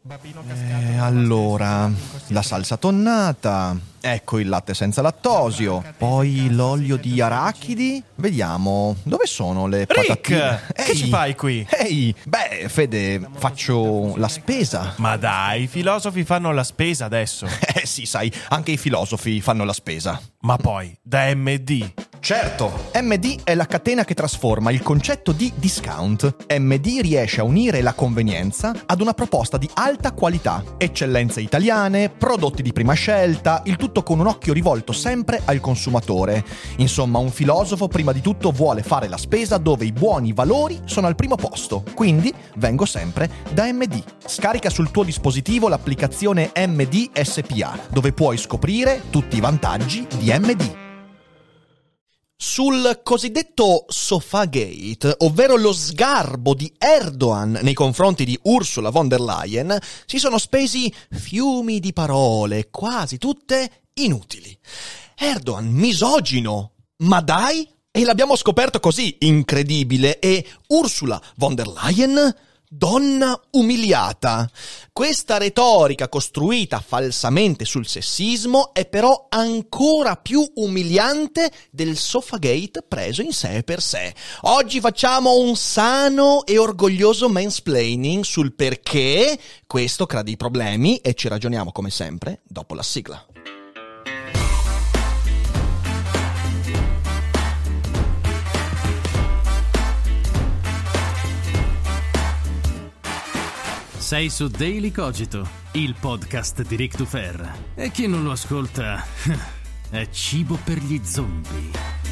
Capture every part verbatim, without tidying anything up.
Eh, allora, la salsa tonnata, ecco il latte senza lattosio, poi l'olio di arachidi. Vediamo, dove sono le Rick, patatine? che Ehi, ci fai qui? Ehi, beh, Fede, faccio la spesa. Ma dai, i filosofi fanno la spesa adesso. Eh sì, sai, anche i filosofi fanno la spesa. Ma poi, da M D. Certo, M D è la catena che trasforma il concetto di discount. M D riesce a unire la convenienza ad una proposta di alta qualità, eccellenze italiane, prodotti di prima scelta, il tutto con un occhio rivolto sempre al consumatore. Insomma, un filosofo prima di tutto vuole fare la spesa dove i buoni valori sono al primo posto. Quindi vengo sempre da M D. Scarica sul tuo dispositivo l'applicazione M D S P A, dove puoi scoprire tutti i vantaggi di M D. Sul cosiddetto Sofagate, ovvero lo sgarbo di Erdogan nei confronti di Ursula von der Leyen, si sono spesi fiumi di parole, quasi tutte inutili. Erdogan misogino, ma dai? E l'abbiamo scoperto così, incredibile, e Ursula von der Leyen donna umiliata. Questa retorica costruita falsamente sul sessismo è però ancora più umiliante del Sofagate preso in sé per sé. Oggi facciamo un sano e orgoglioso mansplaining sul perché questo crea dei problemi e ci ragioniamo come sempre dopo la sigla. Sei su Daily Cogito, il podcast di Rick Dufer. E chi non lo ascolta è cibo per gli zombie.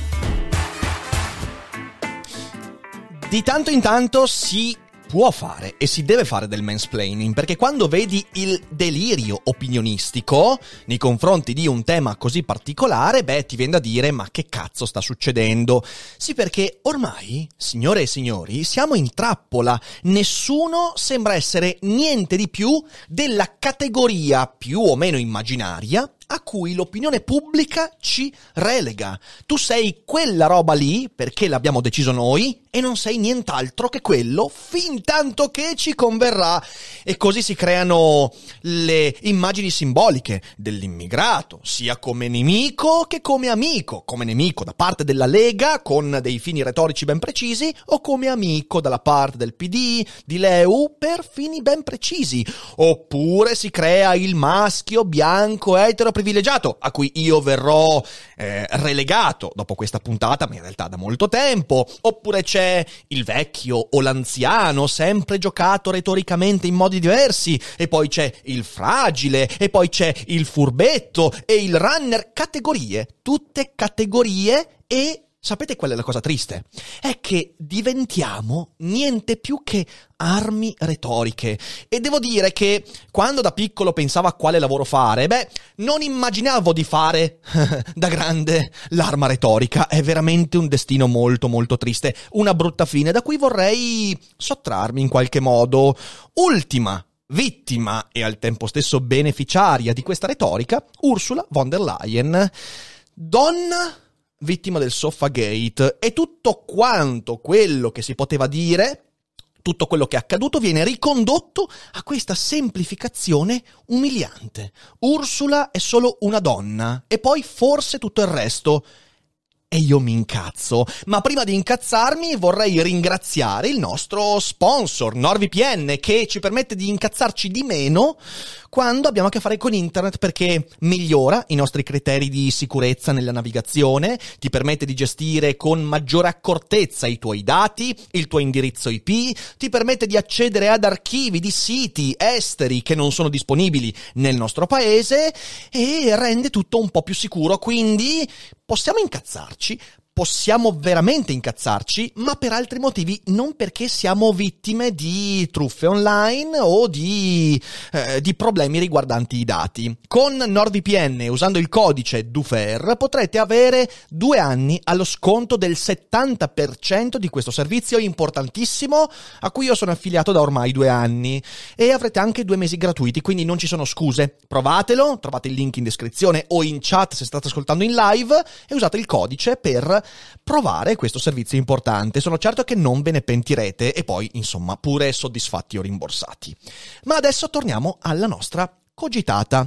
Di tanto in tanto si può fare e si deve fare del mansplaining, perché quando vedi il delirio opinionistico nei confronti di un tema così particolare, beh, ti viene da dire: ma che cazzo sta succedendo? Sì, perché ormai, signore e signori, siamo in trappola. Nessuno sembra essere niente di più della categoria più o meno immaginaria a cui l'opinione pubblica ci relega. Tu sei quella roba lì perché l'abbiamo deciso noi e non sei nient'altro che quello fin tanto che ci converrà. E così si creano le immagini simboliche dell'immigrato, sia come nemico che come amico. Come nemico da parte della Lega, con dei fini retorici ben precisi, o come amico dalla parte del P D, di L E U, per fini ben precisi. Oppure si crea il maschio bianco etero privilegiato, a cui io verrò eh, relegato dopo questa puntata, ma in realtà da molto tempo. Oppure c'è il vecchio o l'anziano, sempre giocato retoricamente in modi diversi, e poi c'è il fragile, e poi c'è il furbetto e il runner. Categorie, tutte categorie. E sapete qual è la cosa triste? È che diventiamo niente più che armi retoriche. E devo dire che quando da piccolo pensavo a quale lavoro fare, beh, non immaginavo di fare da grande l'arma retorica. È veramente un destino molto molto triste, una brutta fine da cui vorrei sottrarmi in qualche modo. Ultima vittima e al tempo stesso beneficiaria di questa retorica, Ursula von der Leyen, donna vittima del Sofagate, e tutto quanto quello che si poteva dire, tutto quello che è accaduto, viene ricondotto a questa semplificazione umiliante. Ursula è solo una donna e poi forse tutto il resto. E io mi incazzo, ma prima di incazzarmi vorrei ringraziare il nostro sponsor NordVPN, che ci permette di incazzarci di meno quando abbiamo a che fare con internet, perché migliora i nostri criteri di sicurezza nella navigazione, ti permette di gestire con maggiore accortezza i tuoi dati, il tuo indirizzo I P, ti permette di accedere ad archivi di siti esteri che non sono disponibili nel nostro paese e rende tutto un po' più sicuro. Quindi possiamo incazzarci, possiamo veramente incazzarci, ma per altri motivi, non perché siamo vittime di truffe online o di, eh, di problemi riguardanti i dati. Con NordVPN, usando il codice DUFER, potrete avere due anni allo sconto del settanta per cento di questo servizio importantissimo, a cui io sono affiliato da ormai due anni, e avrete anche due mesi gratuiti, quindi non ci sono scuse. Provatelo, trovate il link in descrizione o in chat se state ascoltando in live, e usate il codice per provare questo servizio importante. Sono certo che non ve ne pentirete e poi, insomma, pure soddisfatti o rimborsati. Ma adesso torniamo alla nostra cogitata.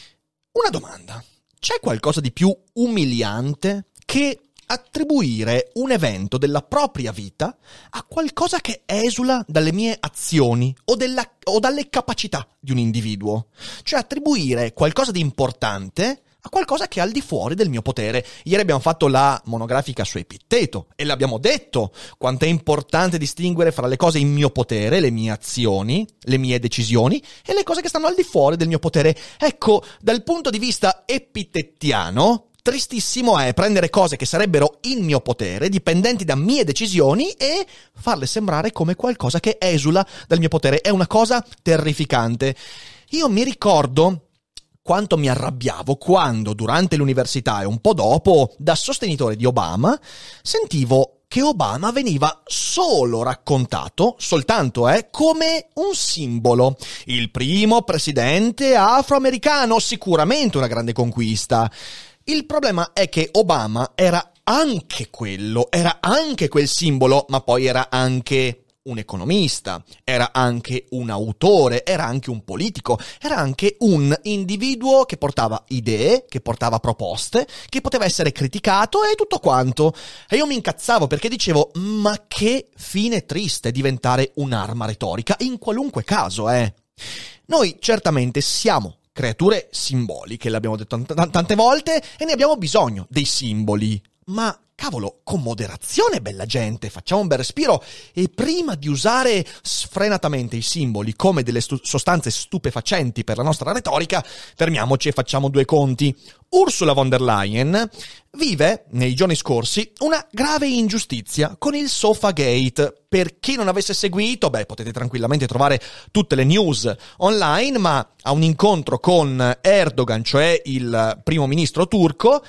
Una domanda. C'è qualcosa di più umiliante che attribuire un evento della propria vita a qualcosa che esula dalle mie azioni o, della, o dalle capacità di un individuo? Cioè attribuire qualcosa di importante a qualcosa che è al di fuori del mio potere. Ieri abbiamo fatto la monografica su Epitteto e l'abbiamo detto quanto è importante distinguere fra le cose in mio potere, le mie azioni, le mie decisioni e le cose che stanno al di fuori del mio potere. Ecco, dal punto di vista epitettiano, tristissimo è prendere cose che sarebbero in mio potere, dipendenti da mie decisioni, e farle sembrare come qualcosa che esula dal mio potere. È una cosa terrificante. Io mi ricordo quanto mi arrabbiavo quando, durante l'università e un po' dopo, da sostenitore di Obama, sentivo che Obama veniva solo raccontato, soltanto, eh, come un simbolo. Il primo presidente afroamericano, sicuramente una grande conquista. Il problema è che Obama era anche quello, era anche quel simbolo, ma poi era anche un economista, era anche un autore, era anche un politico, era anche un individuo che portava idee, che portava proposte, che poteva essere criticato e tutto quanto. E io mi incazzavo perché dicevo, ma che fine triste diventare un'arma retorica in qualunque caso, eh. Noi certamente siamo creature simboliche, l'abbiamo detto t- tante volte, e ne abbiamo bisogno dei simboli. Ma, cavolo, con moderazione, bella gente, facciamo un bel respiro e prima di usare sfrenatamente i simboli come delle stu- sostanze stupefacenti per la nostra retorica, fermiamoci e facciamo due conti. Ursula von der Leyen vive, nei giorni scorsi, una grave ingiustizia con il Sofagate. Per chi non avesse seguito, beh, potete tranquillamente trovare tutte le news online, ma a un incontro con Erdogan, cioè il primo ministro turco,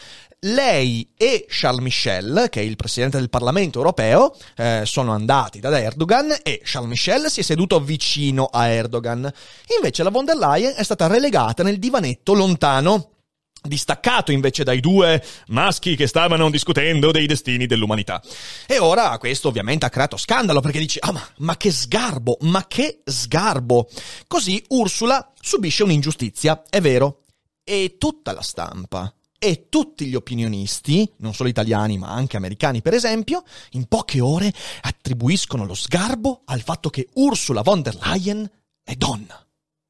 lei e Charles Michel, che è il presidente del Parlamento europeo, eh, sono andati da Erdogan e Charles Michel si è seduto vicino a Erdogan. Invece la von der Leyen è stata relegata nel divanetto lontano, distaccato invece dai due maschi che stavano discutendo dei destini dell'umanità. E ora questo ovviamente ha creato scandalo, perché dici, ah ma, ma che sgarbo, ma che sgarbo. Così Ursula subisce un'ingiustizia, è vero, e tutta la stampa e tutti gli opinionisti, non solo italiani ma anche americani per esempio, in poche ore attribuiscono lo sgarbo al fatto che Ursula von der Leyen è donna.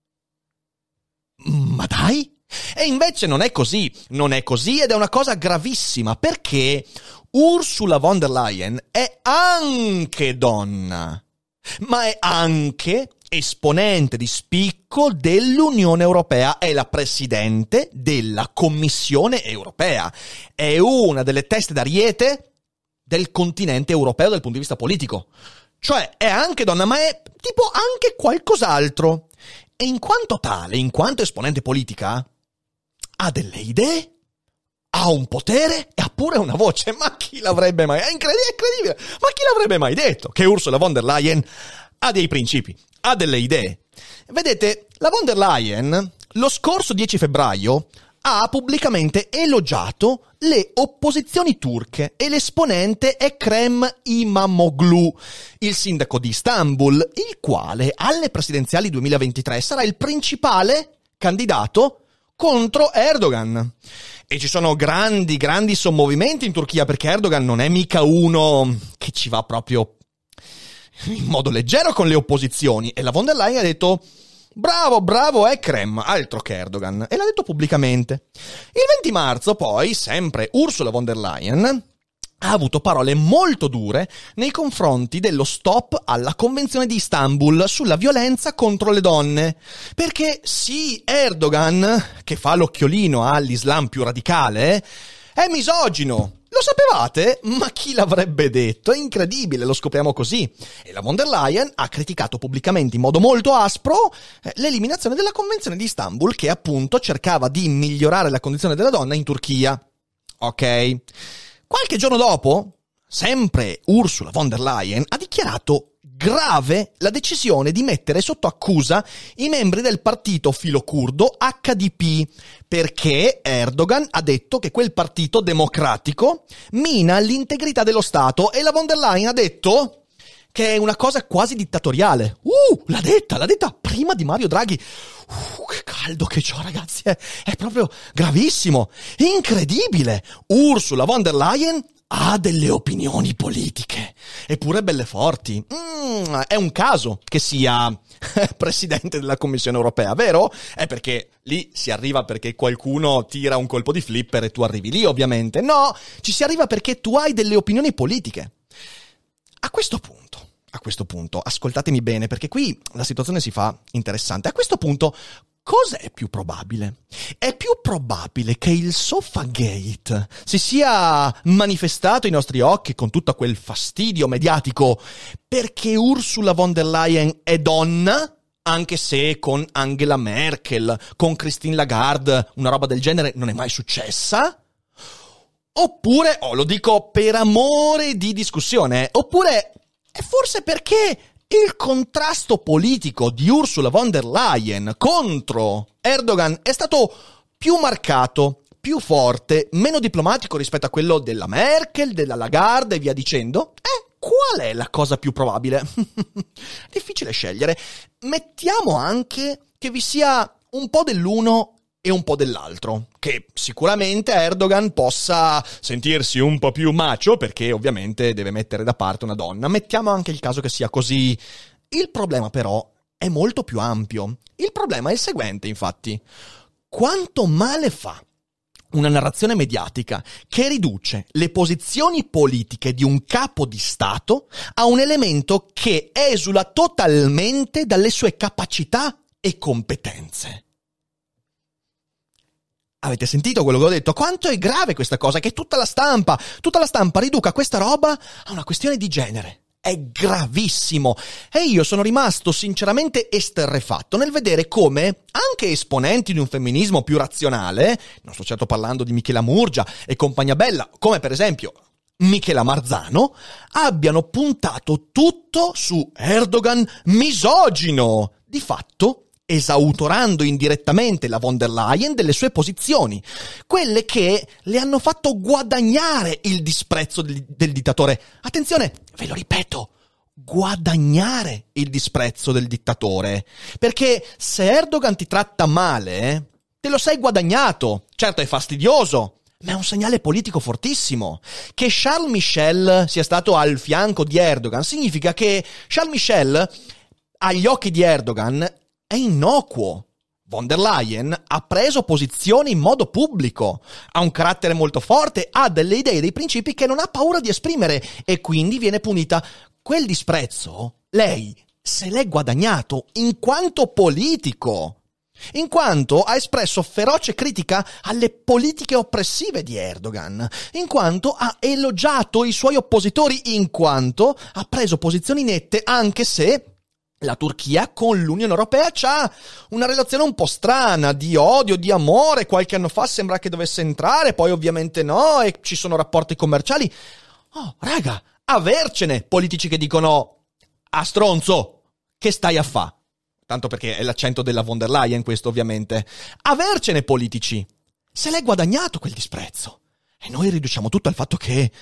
Ma dai? E invece non è così, non è così ed è una cosa gravissima, perché Ursula von der Leyen è anche donna, ma è anche esponente di spicco dell'Unione Europea, è la presidente della Commissione Europea, è una delle teste d'ariete del continente europeo dal punto di vista politico. Cioè è anche donna, ma è tipo anche qualcos'altro. E in quanto tale, in quanto esponente politica, ha delle idee, ha un potere e ha pure una voce. Ma chi l'avrebbe mai... È incredibile, è incredibile. Ma chi l'avrebbe mai detto che Ursula von der Leyen ha dei principi, ha delle idee? Vedete, la von der Leyen lo scorso dieci febbraio ha pubblicamente elogiato le opposizioni turche e l'esponente Ekrem İmamoğlu, il sindaco di Istanbul, il quale alle presidenziali duemilaventitré sarà il principale candidato contro Erdogan. E ci sono grandi, grandi sommovimenti in Turchia, perché Erdogan non è mica uno che ci va proprio in modo leggero con le opposizioni. E la von der Leyen ha detto: bravo, bravo Ekrem, altro che Erdogan. E l'ha detto pubblicamente. Il venti marzo poi, sempre Ursula von der Leyen ha avuto parole molto dure nei confronti dello stop alla Convenzione di Istanbul sulla violenza contro le donne. Perché sì, Erdogan, che fa l'occhiolino all'Islam più radicale, è misogino. Lo sapevate? Ma chi l'avrebbe detto? È incredibile, lo scopriamo così. E la von der Leyen ha criticato pubblicamente in modo molto aspro eh, l'eliminazione della Convenzione di Istanbul, che appunto cercava di migliorare la condizione della donna in Turchia. Ok. Qualche giorno dopo, sempre Ursula von der Leyen ha dichiarato grave la decisione di mettere sotto accusa i membri del partito filocurdo H D P, perché Erdogan ha detto che quel partito democratico mina l'integrità dello Stato e la von der Leyen ha detto che è una cosa quasi dittatoriale. Uh, l'ha detta, l'ha detta prima di Mario Draghi. Uh, che caldo che c'ho, ragazzi, è, è proprio gravissimo, incredibile. Ursula von der Leyen ha delle opinioni politiche, eppure belle forti. Mm, è un caso che sia presidente della Commissione Europea, vero? È perché lì si arriva perché qualcuno tira un colpo di flipper e tu arrivi lì, ovviamente. No, ci si arriva perché tu hai delle opinioni politiche. A questo punto, a questo punto, ascoltatemi bene, perché qui la situazione si fa interessante. A questo punto, cosa è più probabile? È più probabile che il Sofagate si sia manifestato ai nostri occhi con tutto quel fastidio mediatico perché Ursula von der Leyen è donna, anche se con Angela Merkel, con Christine Lagarde, una roba del genere non è mai successa? Oppure, oh, lo dico per amore di discussione, oppure è forse perché il contrasto politico di Ursula von der Leyen contro Erdogan è stato più marcato, più forte, meno diplomatico rispetto a quello della Merkel, della Lagarde e via dicendo? Eh, qual è la cosa più probabile? Difficile scegliere. Mettiamo anche che vi sia un po' dell'uno e un po' dell'altro, che sicuramente Erdogan possa sentirsi un po' più macho perché ovviamente deve mettere da parte una donna. Mettiamo anche il caso che sia così. Il problema però è molto più ampio. Il problema è il seguente, infatti. Quanto male fa una narrazione mediatica che riduce le posizioni politiche di un capo di Stato a un elemento che esula totalmente dalle sue capacità e competenze. Avete sentito quello che ho detto? Quanto è grave questa cosa, che tutta la stampa, tutta la stampa riduca questa roba a una questione di genere. È gravissimo. E io sono rimasto sinceramente esterrefatto nel vedere come anche esponenti di un femminismo più razionale, non sto certo parlando di Michela Murgia e compagnia bella, come per esempio Michela Marzano, abbiano puntato tutto su Erdogan misogino. Di fatto esautorando indirettamente la von der Leyen delle sue posizioni, quelle che le hanno fatto guadagnare il disprezzo del, del dittatore. Attenzione, ve lo ripeto, guadagnare il disprezzo del dittatore, perché se Erdogan ti tratta male, te lo sei guadagnato. Certo è fastidioso, ma è un segnale politico fortissimo. Che Charles Michel sia stato al fianco di Erdogan significa che Charles Michel, agli occhi di Erdogan, è innocuo. Von der Leyen ha preso posizione in modo pubblico, ha un carattere molto forte, ha delle idee, dei principi che non ha paura di esprimere e quindi viene punita. Quel disprezzo lei se l'è guadagnato in quanto politico, in quanto ha espresso feroce critica alle politiche oppressive di Erdogan, in quanto ha elogiato i suoi oppositori, in quanto ha preso posizioni nette, anche se la Turchia con l'Unione Europea c'ha una relazione un po' strana, di odio, di amore. Qualche anno fa sembra che dovesse entrare, poi ovviamente no, e ci sono rapporti commerciali. Oh, raga, avercene politici che dicono a stronzo, che stai a fa? Tanto perché è l'accento della von der Leyen questo, ovviamente. Avercene politici. Se l'è guadagnato quel disprezzo. E noi riduciamo tutto al fatto che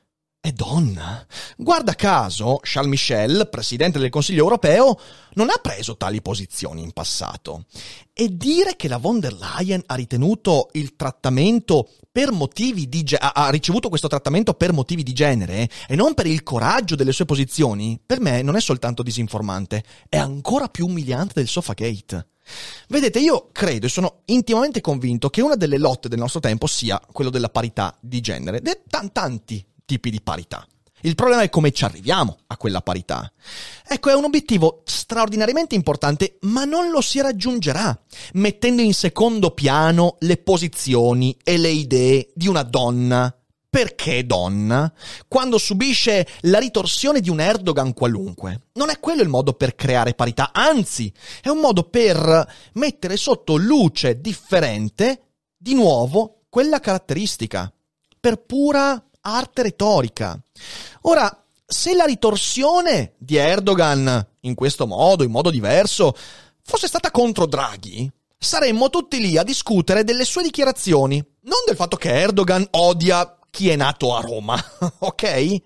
è donna. Guarda caso, Charles Michel, presidente del Consiglio europeo, non ha preso tali posizioni in passato. E dire che la von der Leyen ha ritenuto il trattamento per motivi di ge- ha ricevuto questo trattamento per motivi di genere e non per il coraggio delle sue posizioni, per me non è soltanto disinformante, è ancora più umiliante del Sofagate. Vedete, io credo e sono intimamente convinto che una delle lotte del nostro tempo sia quello della parità di genere, de- t- tanti tipi di parità. Il problema è come ci arriviamo a quella parità. Ecco, è un obiettivo straordinariamente importante, ma non lo si raggiungerà mettendo in secondo piano le posizioni e le idee di una donna. Perché donna? Quando subisce la ritorsione di un Erdogan qualunque. Non è quello il modo per creare parità, anzi, è un modo per mettere sotto luce differente, di nuovo, quella caratteristica, per pura arte retorica. Ora, se la ritorsione di Erdogan in questo modo, in modo diverso, fosse stata contro Draghi, saremmo tutti lì a discutere delle sue dichiarazioni, non del fatto che Erdogan odia chi è nato a Roma, ok?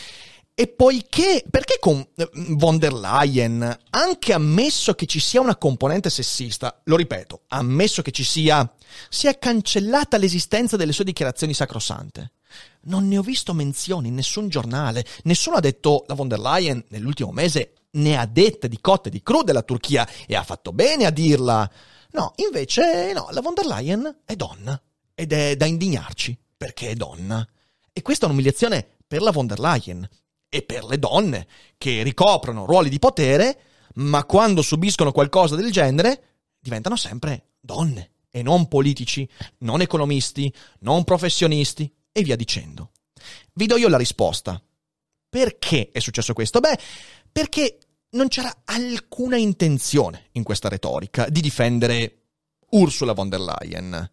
E poiché, perché con von der Leyen, anche ammesso che ci sia una componente sessista, lo ripeto, ammesso che ci sia, si è cancellata l'esistenza delle sue dichiarazioni sacrosante. Non ne ho visto menzioni in nessun giornale, nessuno ha detto la von der Leyen nell'ultimo mese ne ha dette di cotte e di crude la Turchia e ha fatto bene a dirla. No, invece no, la von der Leyen è donna ed è da indignarci perché è donna. E questa è un'umiliazione per la von der Leyen e per le donne che ricoprono ruoli di potere, ma quando subiscono qualcosa del genere diventano sempre donne e non politici, non economisti, non professionisti e via dicendo. Vi do io la risposta. Perché è successo questo? Beh, perché non c'era alcuna intenzione in questa retorica di difendere Ursula von der Leyen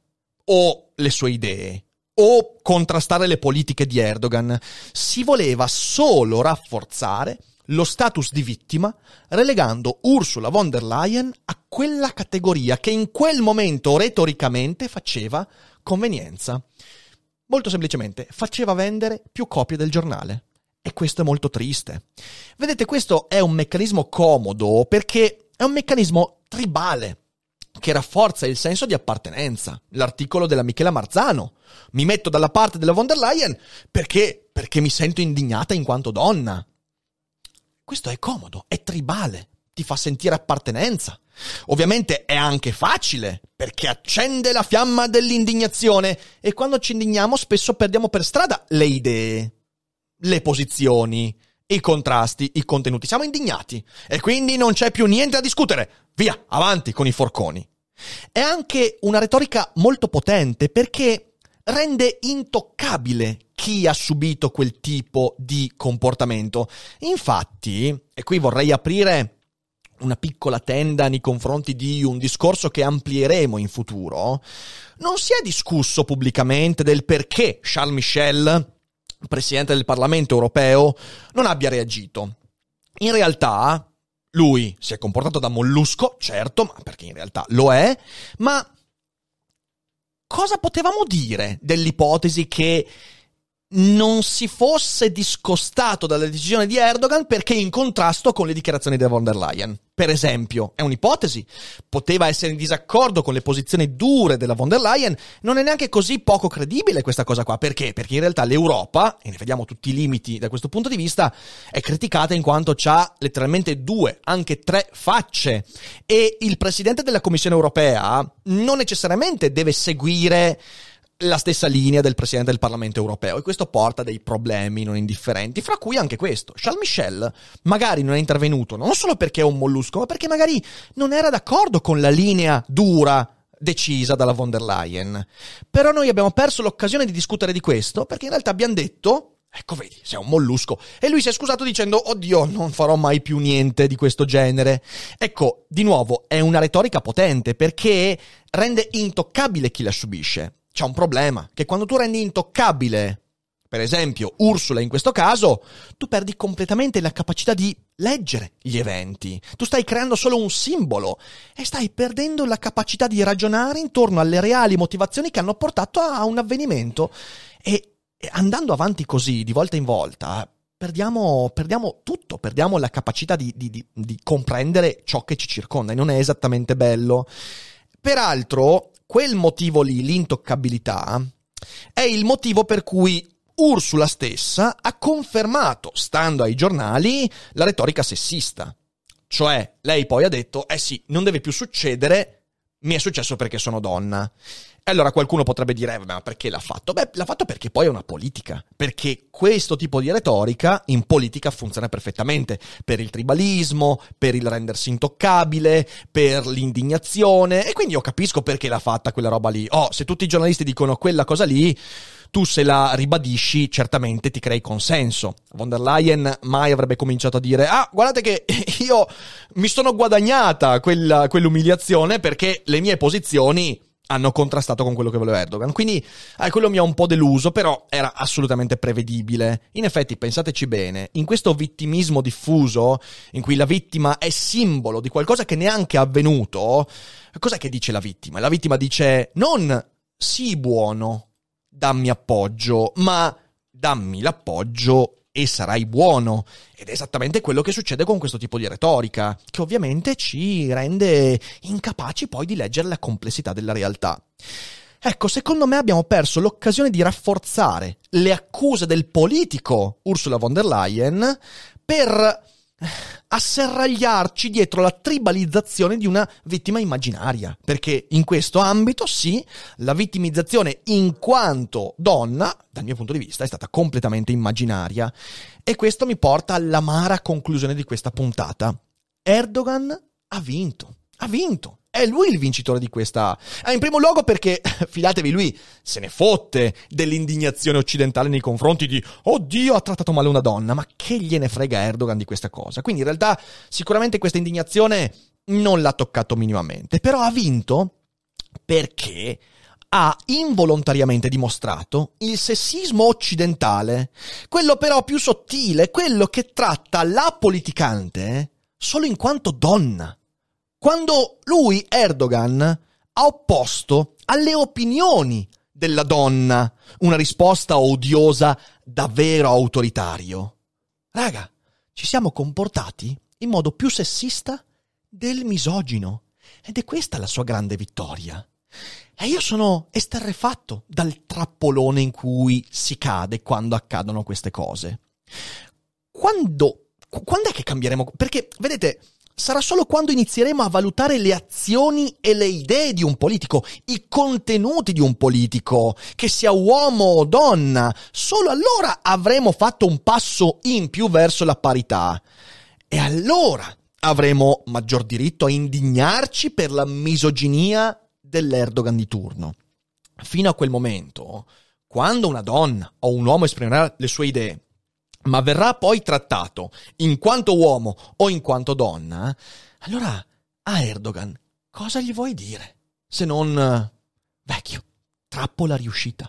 o le sue idee o contrastare le politiche di Erdogan. Si voleva solo rafforzare lo status di vittima, relegando Ursula von der Leyen a quella categoria che in quel momento retoricamente faceva convenienza. Molto semplicemente, faceva vendere più copie del giornale. E questo è molto triste. Vedete, questo è un meccanismo comodo perché è un meccanismo tribale che rafforza il senso di appartenenza. L'articolo della Michela Marzano. Mi metto dalla parte della von der Leyen perché, perché mi sento indignata in quanto donna. Questo è comodo, è tribale, ti fa sentire appartenenza. Ovviamente è anche facile perché accende la fiamma dell'indignazione e quando ci indigniamo spesso perdiamo per strada le idee, le posizioni, i contrasti, i contenuti. Siamo indignati e quindi non c'è più niente da discutere. Via, avanti con i forconi. È anche una retorica molto potente perché rende intoccabile chi ha subito quel tipo di comportamento. Infatti, e qui vorrei aprire una piccola tenda nei confronti di un discorso che amplieremo in futuro, non si è discusso pubblicamente del perché Charles Michel, presidente del Parlamento europeo, non abbia reagito. In realtà lui si è comportato da mollusco, certo, ma perché in realtà lo è, ma cosa potevamo dire dell'ipotesi che non si fosse discostato dalla decisione di Erdogan perché in contrasto con le dichiarazioni di von der Leyen? Per esempio, è un'ipotesi. Poteva essere in disaccordo con le posizioni dure della von der Leyen. Non è neanche così poco credibile questa cosa qua. Perché? Perché in realtà l'Europa, e ne vediamo tutti i limiti da questo punto di vista, è criticata in quanto c'ha letteralmente due, anche tre facce. E il presidente della Commissione europea non necessariamente deve seguire la stessa linea del Presidente del Parlamento europeo e questo porta dei problemi non indifferenti, fra cui anche questo. Charles Michel magari non è intervenuto non solo perché è un mollusco, ma perché magari non era d'accordo con la linea dura decisa dalla von der Leyen. Però noi abbiamo perso l'occasione di discutere di questo perché in realtà abbiamo detto: ecco, vedi, sei un mollusco. E lui si è scusato dicendo: oddio, non farò mai più niente di questo genere. Ecco, di nuovo, è una retorica potente perché rende intoccabile chi la subisce. C'è un problema, che quando tu rendi intoccabile, per esempio, Ursula in questo caso, tu perdi completamente la capacità di leggere gli eventi. Tu stai creando solo un simbolo e stai perdendo la capacità di ragionare intorno alle reali motivazioni che hanno portato a un avvenimento. E, e andando avanti così, di volta in volta, perdiamo, perdiamo tutto, perdiamo la capacità di, di, di, di comprendere ciò che ci circonda e non è esattamente bello. Peraltro, quel motivo lì, l'intoccabilità, è il motivo per cui Ursula stessa ha confermato, stando ai giornali, la retorica sessista. Cioè, lei poi ha detto: eh sì, non deve più succedere, mi è successo perché sono donna. E allora qualcuno potrebbe dire: eh, ma perché l'ha fatto? Beh, l'ha fatto perché poi è una politica. Perché questo tipo di retorica in politica funziona perfettamente. Per il tribalismo, per il rendersi intoccabile, per l'indignazione. E quindi io capisco perché l'ha fatta quella roba lì. Oh, se tutti i giornalisti dicono quella cosa lì, tu se la ribadisci certamente ti crei consenso. Von der Leyen mai avrebbe cominciato a dire: ah, guardate che io mi sono guadagnata quella, quell'umiliazione perché le mie posizioni hanno contrastato con quello che voleva Erdogan. Quindi eh, quello mi ha un po' deluso, però era assolutamente prevedibile. In effetti, pensateci bene, in questo vittimismo diffuso, in cui la vittima è simbolo di qualcosa che neanche è avvenuto, cos'è che dice la vittima? La vittima dice non sii buono, dammi appoggio, ma dammi l'appoggio e sarai buono. Ed è esattamente quello che succede con questo tipo di retorica, che ovviamente ci rende incapaci poi di leggere la complessità della realtà. Ecco, secondo me abbiamo perso l'occasione di rafforzare le accuse del politico Ursula von der Leyen per asserragliarci dietro la tribalizzazione di una vittima immaginaria, perché in questo ambito sì, la vittimizzazione in quanto donna, dal mio punto di vista, è stata completamente immaginaria, e questo mi porta all'amara conclusione di questa puntata. Erdogan ha vinto, ha vinto. È lui il vincitore di questa... Eh, in primo luogo perché, fidatevi, lui se ne fotte dell'indignazione occidentale nei confronti di «Oddio, ha trattato male una donna», ma che gliene frega Erdogan di questa cosa? Quindi in realtà sicuramente questa indignazione non l'ha toccato minimamente, però ha vinto perché ha involontariamente dimostrato il sessismo occidentale, quello però più sottile, quello che tratta la politicante solo in quanto donna. Quando lui, Erdogan, ha opposto alle opinioni della donna una risposta odiosa davvero autoritario. Raga, ci siamo comportati in modo più sessista del misogino. Ed è questa la sua grande vittoria. E io sono esterrefatto dal trappolone in cui si cade quando accadono queste cose. Quando... Quando è che cambieremo? Perché, vedete... Sarà solo quando inizieremo a valutare le azioni e le idee di un politico, i contenuti di un politico, che sia uomo o donna. Solo allora avremo fatto un passo in più verso la parità. E allora avremo maggior diritto a indignarci per la misoginia dell'Erdogan di turno. Fino a quel momento, quando una donna o un uomo esprimerà le sue idee, ma verrà poi trattato in quanto uomo o in quanto donna, allora a Erdogan cosa gli vuoi dire? Se non vecchio, trappola riuscita.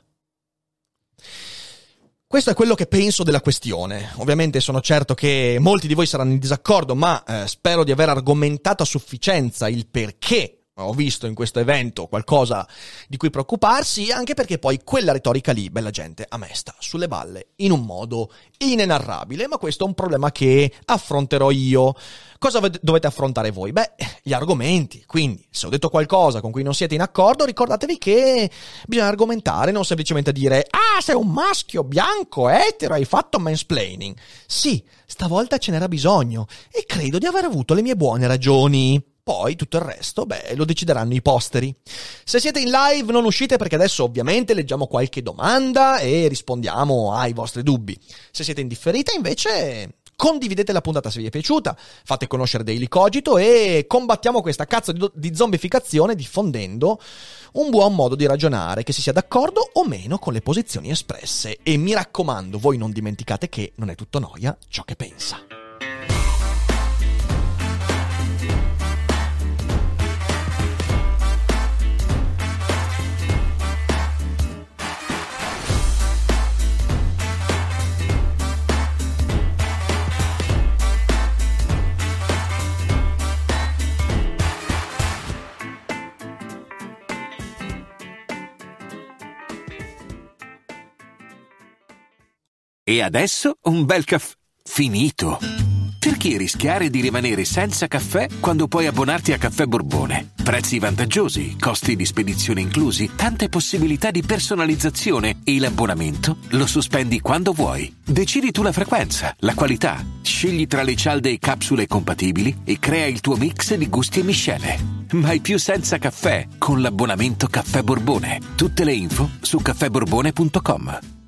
Questo è quello che penso della questione. Ovviamente sono certo che molti di voi saranno in disaccordo, ma eh, spero di aver argomentato a sufficienza il perché ho visto in questo evento qualcosa di cui preoccuparsi, anche perché poi quella retorica lì, bella gente, a me sta sulle balle in un modo inenarrabile, ma questo è un problema che affronterò io. Cosa dovete affrontare voi? Beh, gli argomenti. Quindi, se ho detto qualcosa con cui non siete in accordo, ricordatevi che bisogna argomentare, non semplicemente dire «Ah, sei un maschio bianco, etero, hai fatto mansplaining». Sì, stavolta ce n'era bisogno e credo di aver avuto le mie buone ragioni. Poi tutto il resto, beh, lo decideranno i posteri. Se siete in live non uscite perché adesso ovviamente leggiamo qualche domanda e rispondiamo ai vostri dubbi. Se siete in differita invece condividete la puntata se vi è piaciuta, fate conoscere Daily Cogito e combattiamo questa cazzo di, di zombificazione diffondendo un buon modo di ragionare, che si sia d'accordo o meno con le posizioni espresse. E mi raccomando, voi non dimenticate che non è tutto noia ciò che pensa. E adesso un bel caffè finito. Perché rischiare di rimanere senza caffè quando puoi abbonarti a Caffè Borbone? Prezzi vantaggiosi, costi di spedizione inclusi, tante possibilità di personalizzazione e l'abbonamento lo sospendi quando vuoi. Decidi tu la frequenza, la qualità, scegli tra le cialde e capsule compatibili e crea il tuo mix di gusti e miscele. Mai più senza caffè con l'abbonamento Caffè Borbone. Tutte le info su caffè borbone punto com.